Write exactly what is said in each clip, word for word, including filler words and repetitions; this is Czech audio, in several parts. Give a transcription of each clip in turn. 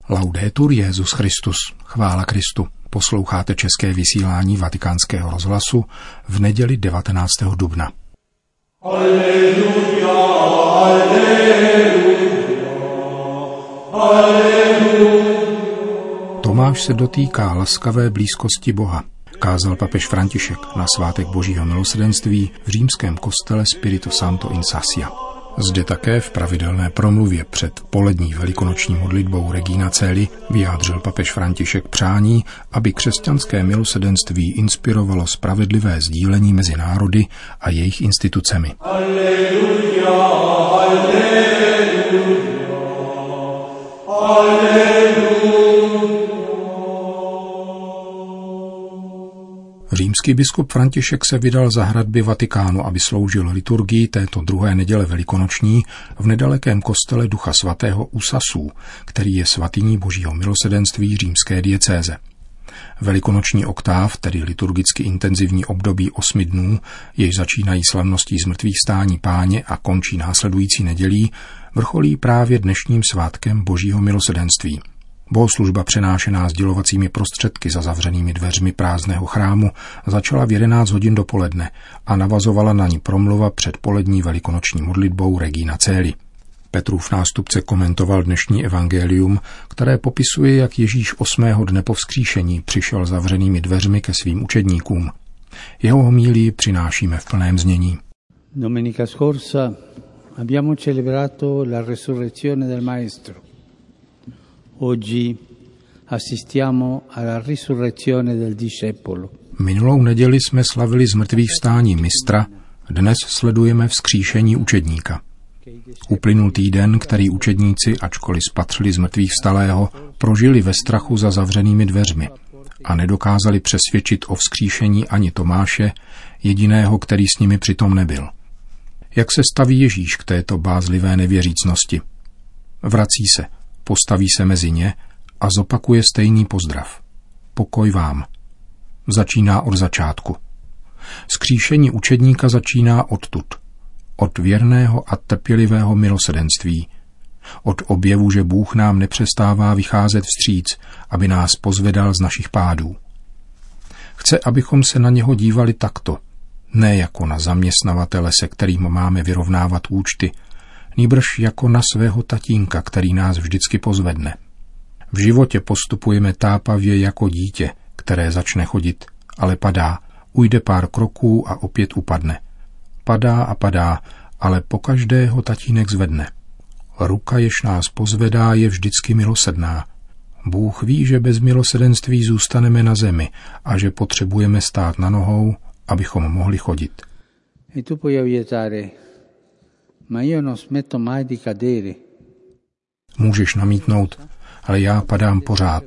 Laudetur Jesus Christus, chvála Kristu. Posloucháte české vysílání Vatikánského rozhlasu v neděli devatenáctého dubna. Alleluja, alleluja, alleluja. Tomáš se dotýká laskavé blízkosti Boha, kázal papež František na svátek Božího milosrdenství v římském kostele Spirito Santo in Sassia. Zde také v pravidelné promluvě před polední velikonoční modlitbou Regina Coeli vyjádřil papež František přání, aby křesťanské milosrdenství inspirovalo spravedlivé sdílení mezi národy a jejich institucemi. Alleluja, alleluja, alleluja. Římský biskup František se vydal za hradby Vatikánu, aby sloužil liturgii této druhé neděle velikonoční v nedalekém kostele Ducha svatého u Sasů, který je svatyní Božího milosrdenství římské diecéze. Velikonoční oktáv, tedy liturgicky intenzivní období osmi dnů, jež začínají slavností zmrtvýchvstání Páně a končí následující nedělí, vrcholí právě dnešním svátkem Božího milosrdenství. Bohoslužba přenášená sdělovacími prostředky za zavřenými dveřmi prázdného chrámu začala v jedenáct hodin dopoledne a navazovala na ní promluva před polední velikonoční modlitbou Regina Coeli. Petrův nástupce komentoval dnešní evangelium, které popisuje, jak Ježíš osmého dne po vzkříšení přišel zavřenými dveřmi ke svým učedníkům. Jeho homílii přinášíme v plném znění. Domenica scorsa abbiamo celebrato la resurrezione del Maestro. Oggi assistiamo alla risurrezione del discepolo. Minulou neděli jsme slavili zmrtvýchvstání mistra, dnes sledujeme vzkříšení učedníka. Uplynul týden, který učedníci, ačkoliv spatřili zmrtvýchvstalého, prožili ve strachu za zavřenými dveřmi a nedokázali přesvědčit o vzkříšení ani Tomáše, jediného, který s nimi přitom nebyl. Jak se staví Ježíš k této bázlivé nevěřícnosti? Vrací se, postaví se mezi ně a zopakuje stejný pozdrav. Pokoj vám. Začíná od začátku. Vzkříšení učedníka začíná odtud. Od věrného a trpělivého milosrdenství. Od objevu, že Bůh nám nepřestává vycházet vstříc, aby nás pozvedal z našich pádů. Chce, abychom se na něho dívali takto, ne jako na zaměstnavatele, se kterým máme vyrovnávat účty, nýbrž jako na svého tatínka, který nás vždycky pozvedne. V životě postupujeme tápavě jako dítě, které začne chodit, ale padá, ujde pár kroků a opět upadne. Padá a padá, ale pokaždé ho tatínek zvedne. Ruka, jež nás pozvedá, je vždycky milosrdná. Bůh ví, že bez milosrdenství zůstaneme na zemi a že potřebujeme stát na nohou, abychom mohli chodit. E tu puoi obiettare, ma io non smetto mai di cadere. Můžeš namítnout, ale já padám pořád.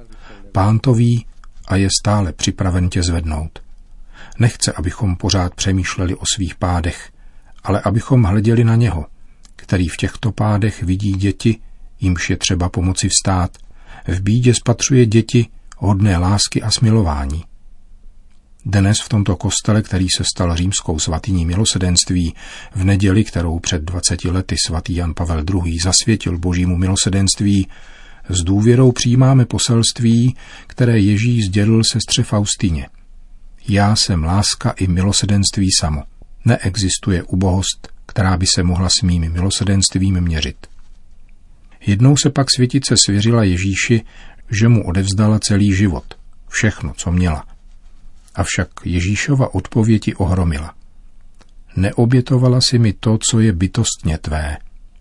Pán to ví a je stále připraven tě zvednout. Nechce, abychom pořád přemýšleli o svých pádech, ale abychom hleděli na něho, který v těchto pádech vidí děti, jimž je třeba pomoci vstát, v bídě spatřuje děti hodné lásky a smilování. Dnes v tomto kostele, který se stal římskou svatyní milosrdenství, v neděli, kterou před dvaceti lety svatý Jan Pavel druhý. Zasvětil Božímu milosrdenství, s důvěrou přijímáme poselství, které Ježíš sdělil sestře Faustině. Já jsem láska i milosrdenství samo. Neexistuje ubohost, která by se mohla s mým milosrdenstvím měřit. Jednou se pak světice svěřila Ježíši, že mu odevzdala celý život, všechno, co měla. Avšak Ježíšova odpověď ji ohromila. Neobětovala si mi to, co je bytostně tvé.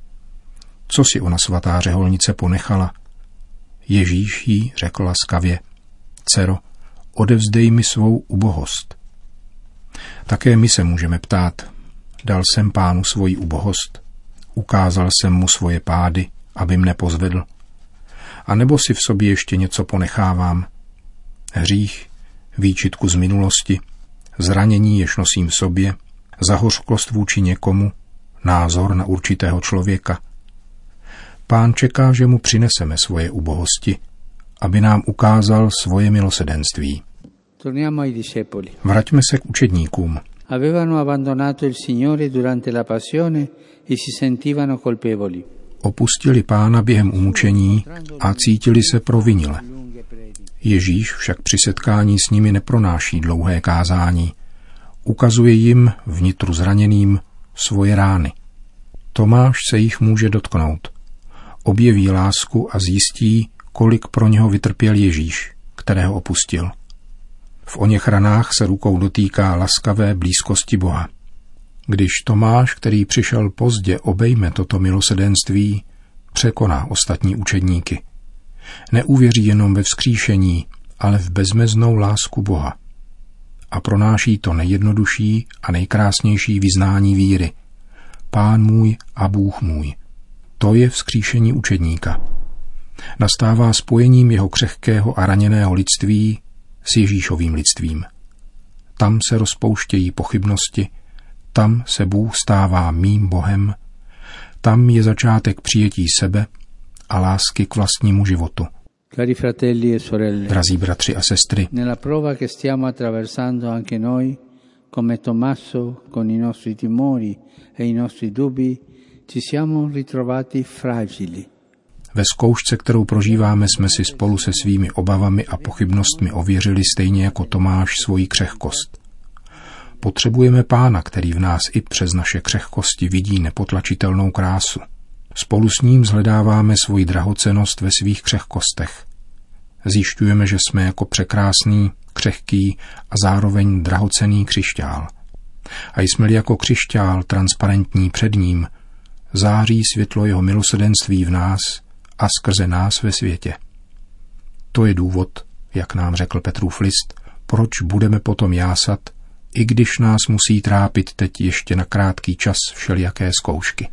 Co si ona svatá řeholnice ponechala? Ježíš jí řekl laskavě, dcero, odevzdej mi svou ubohost. Také my se můžeme ptát, dal jsem Pánu svoji ubohost, ukázal jsem mu svoje pády, aby mne pozvedl, a nebo si v sobě ještě něco ponechávám. Hřích, výčitku z minulosti, zranění, jež nosím v sobě, zahořklost vůči někomu, názor na určitého člověka. Pán čeká, že mu přineseme svoje ubohosti, aby nám ukázal svoje milosrdenství. Vraťme se k učedníkům. Avevano abbandonato il Signore durante la passione e si sentivano colpevoli. Opustili Pána během umučení a cítili se provinile. Ježíš však při setkání s nimi nepronáší dlouhé kázání. Ukazuje jim, vnitru zraněným, svoje rány. Tomáš se jich může dotknout. Objeví lásku a zjistí, kolik pro něho vytrpěl Ježíš, kterého opustil. V oněch ranách se rukou dotýká laskavé blízkosti Boha. Když Tomáš, který přišel pozdě, obejme toto milosedenství, překoná ostatní učedníky. Neuvěří jenom ve vzkříšení, ale v bezmeznou lásku Boha. A pronáší to nejjednodušší a nejkrásnější vyznání víry. Pán můj a Bůh můj. To je vzkříšení učedníka. Nastává spojením jeho křehkého a raněného lidství s Ježíšovým lidstvím. Tam se rozpouštějí pochybnosti, tam se Bůh stává mým Bohem, tam je začátek přijetí sebe a lásky k vlastnímu životu. Cari fratelli e sorelle, Drazí bratři a sestry, nella prova che stiamo attraversando anche noi, come Tommaso, con i nostri timori e i nostri dubbi, ci siamo ritrovati fragili. ve zkoušce, kterou prožíváme, jsme si spolu se svými obavami a pochybnostmi ověřili stejně jako Tomáš svoji křehkost. Potřebujeme Pána, který v nás i přes naše křehkosti vidí nepotlačitelnou krásu. Spolu s ním zhledáváme svoji drahocennost ve svých křehkostech. Zjišťujeme, že jsme jako překrásný, křehký a zároveň drahocenný křišťál. A jsme-li jako křišťál transparentní před ním, září světlo jeho milosrdenství v nás a skrze nás ve světě. To je důvod, jak nám řekl Petrův list, proč budeme potom jásat, i když nás musí trápit teď ještě na krátký čas všelijaké zkoušky.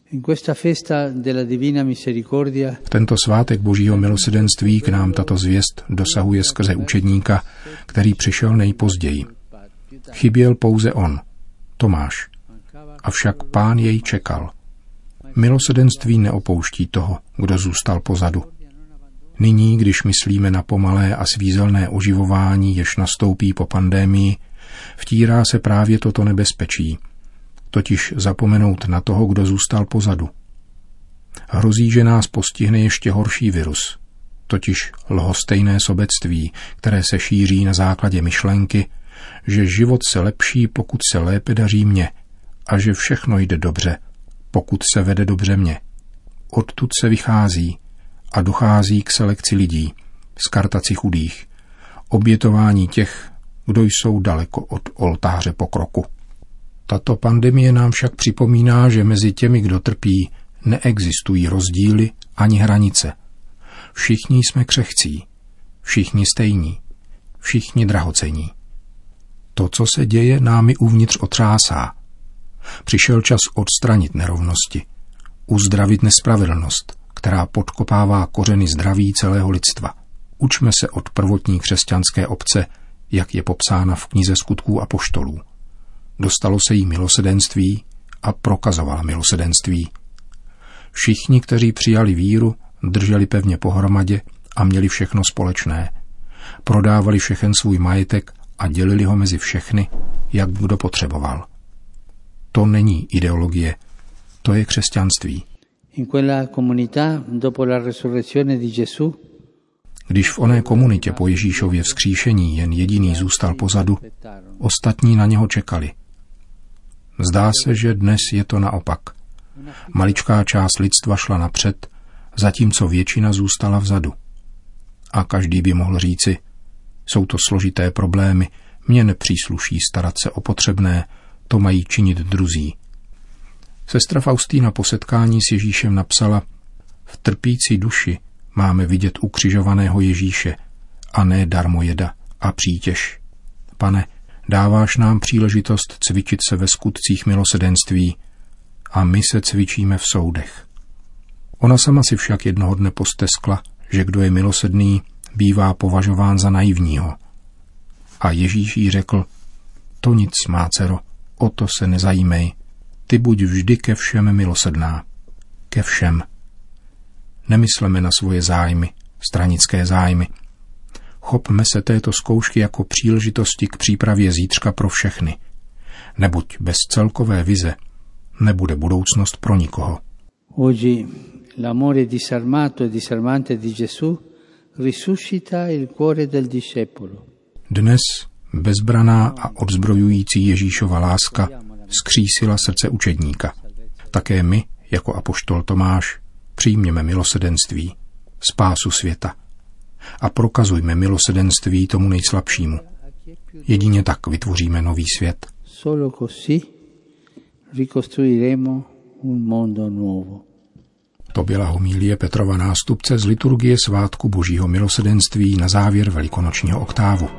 V tento svátek Božího milosrdenství k nám tato zvěst dosahuje skrze učedníka, který přišel nejpozději. Chyběl pouze on, Tomáš, avšak Pán jej čekal. Milosrdenství neopouští toho, kdo zůstal pozadu. Nyní, když myslíme na pomalé a svízelné oživování, jež nastoupí po pandémii, vtírá se právě toto nebezpečí, totiž zapomenout na toho, kdo zůstal pozadu. Hrozí, že nás postihne ještě horší virus, totiž lhostejné sobectví, které se šíří na základě myšlenky, že život se lepší, pokud se lépe daří mně, a že všechno jde dobře, pokud se vede dobře mně. Odtud se vychází a dochází k selekci lidí, skartaci chudých, obětování těch, kdo jsou daleko od oltáře pokroku. Tato pandemie nám však připomíná, že mezi těmi, kdo trpí, neexistují rozdíly ani hranice. Všichni jsme křehcí, všichni stejní, všichni drahocení. To, co se děje, námi uvnitř otřásá. Přišel čas odstranit nerovnosti, uzdravit nespravedlnost, která podkopává kořeny zdraví celého lidstva. Učme se od prvotní křesťanské obce, jak je popsána v knize Skutků apoštolů. Dostalo se jí milosrdenství a prokazovala milosrdenství. Všichni, kteří přijali víru, drželi pevně pohromadě a měli všechno společné. Prodávali všechen svůj majetek a dělili ho mezi všechny, jak kdo potřeboval. To není ideologie, to je křesťanství. Když v oné komunitě po Ježíšově vzkříšení jen jediný zůstal pozadu, ostatní na něho čekali. Zdá se, že dnes je to naopak. Maličká část lidstva šla napřed, zatímco většina zůstala vzadu. A každý by mohl říci, jsou to složité problémy, mně nepřísluší starat se o potřebné, to mají činit druzí. Sestra Faustína po setkání s Ježíšem napsala, v trpící duši máme vidět ukřižovaného Ježíše a ne darmojeda a přítěž. Pane, dáváš nám příležitost cvičit se ve skutcích milosrdenství a my se cvičíme v soudech. Ona sama si však jednoho dne posteskla, že kdo je milosrdný, bývá považován za naivního. A Ježíš jí řekl, to nic, má dcero, o to se nezajímej, ty buď vždy ke všem milosrdná. Ke všem. Nemysleme na svoje zájmy, stranické zájmy. Chopme se této zkoušky jako příležitosti k přípravě zítřka pro všechny. Neboť bez celkové vize nebude budoucnost pro nikoho. Oggi l'amore disarmato e disarmante di Gesù risuscita il cuore del discepolo. Dnes bezbraná a odzbrojující Ježíšova láska skřísila srdce učedníka. Také my, jako apoštol Tomáš, přijměme milosedenství, spásu světa a prokazujme milosedenství tomu nejslabšímu. Jedině tak vytvoříme nový svět. Solo così ricostruiremo un mondo nuovo. To byla homilie Petrova nástupce z liturgie svátku Božího milosedenství na závěr velikonočního oktávu.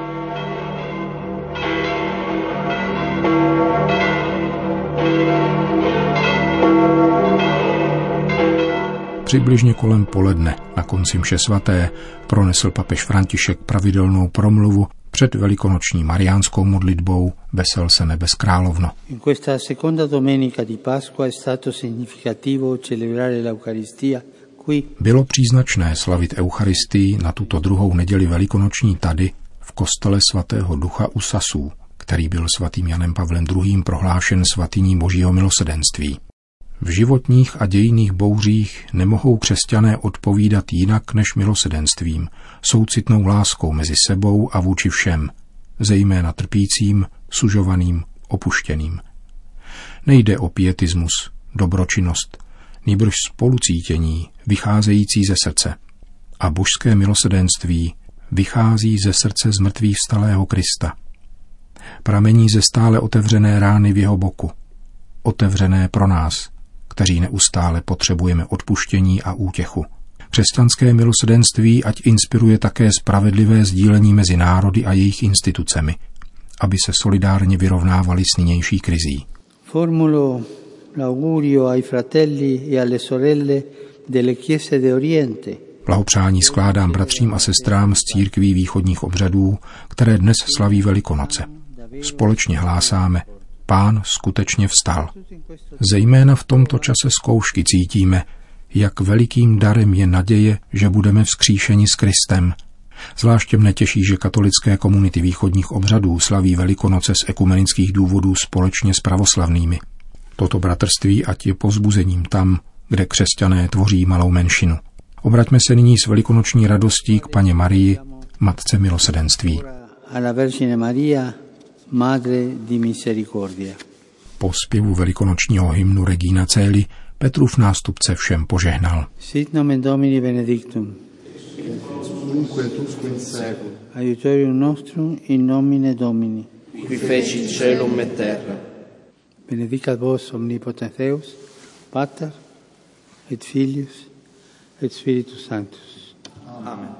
Přibližně kolem poledne na konci mše svaté pronesl papež František pravidelnou promluvu před velikonoční mariánskou modlitbou Vesel se nebes královno. In questa seconda domenica di Pasqua è stato significativo celebrare l'Eucaristia qui. Bylo příznačné slavit Eucharistii na tuto druhou neděli velikonoční tady v kostele svatého Ducha u Sasů, který byl svatým Janem Pavlem druhým. prohlášen svatyní Božího milosedenství. V životních a dějinných bouřích nemohou křesťané odpovídat jinak než milosedenstvím, soucitnou láskou mezi sebou a vůči všem, zejména trpícím, sužovaným, opuštěným. Nejde o pietismus, dobročinnost, nýbrž spolucítění, vycházející ze srdce. A božské milosedenství vychází ze srdce zmrtvých vstalého Krista. Pramení ze stále otevřené rány v jeho boku, otevřené pro nás, kteří neustále potřebujeme odpuštění a útěchu. Křesťanské milosedenství ať inspiruje také spravedlivé sdílení mezi národy a jejich institucemi, aby se solidárně vyrovnávali s nynější krizí. Formulo l'augurio ai fratelli e alle sorelle delle chiese de Oriente. Blahopřání skládám bratřím a sestrám z církví východních obřadů, které dnes slaví Velikonoce. Společně hlásáme: Pán skutečně vstal. Zejména v tomto čase zkoušky cítíme, jak velikým darem je naděje, že budeme vzkříšeni s Kristem. Zvláště mne těší, že katolické komunity východních obřadů slaví Velikonoce z ekumenických důvodů společně s pravoslavnými. Toto bratrství ať je povzbuzením tam, kde křesťané tvoří malou menšinu. Obraťme se nyní s velikonoční radostí k Panně Marii, Matce milosedenství. Madre di misericordia. Po zpěvu velikonočního hymnu Regina Coeli Petrův nástupce všem požehnal. Sit nomen Domini benedictum. Aiutorium nostrum in nomine Domini. Qui feci celum et terra. Benedicat vos omnipotens Deus, Pater et Filius et Spiritus Sanctus. Amen.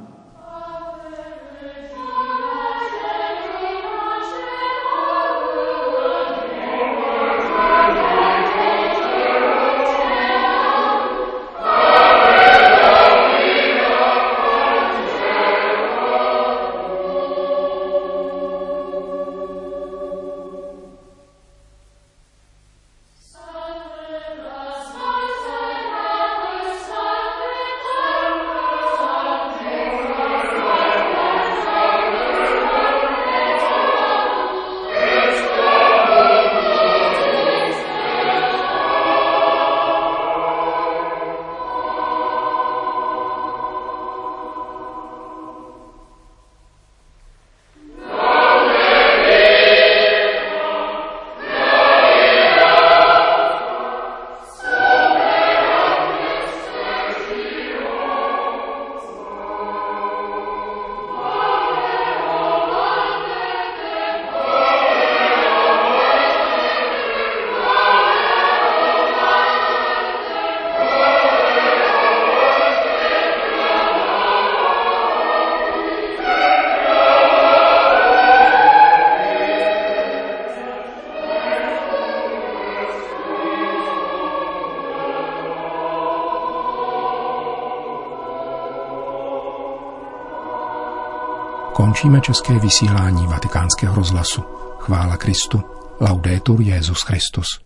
Končíme české vysílání Vatikánského rozhlasu. Chvála Kristu. Laudetur Jesus Christus.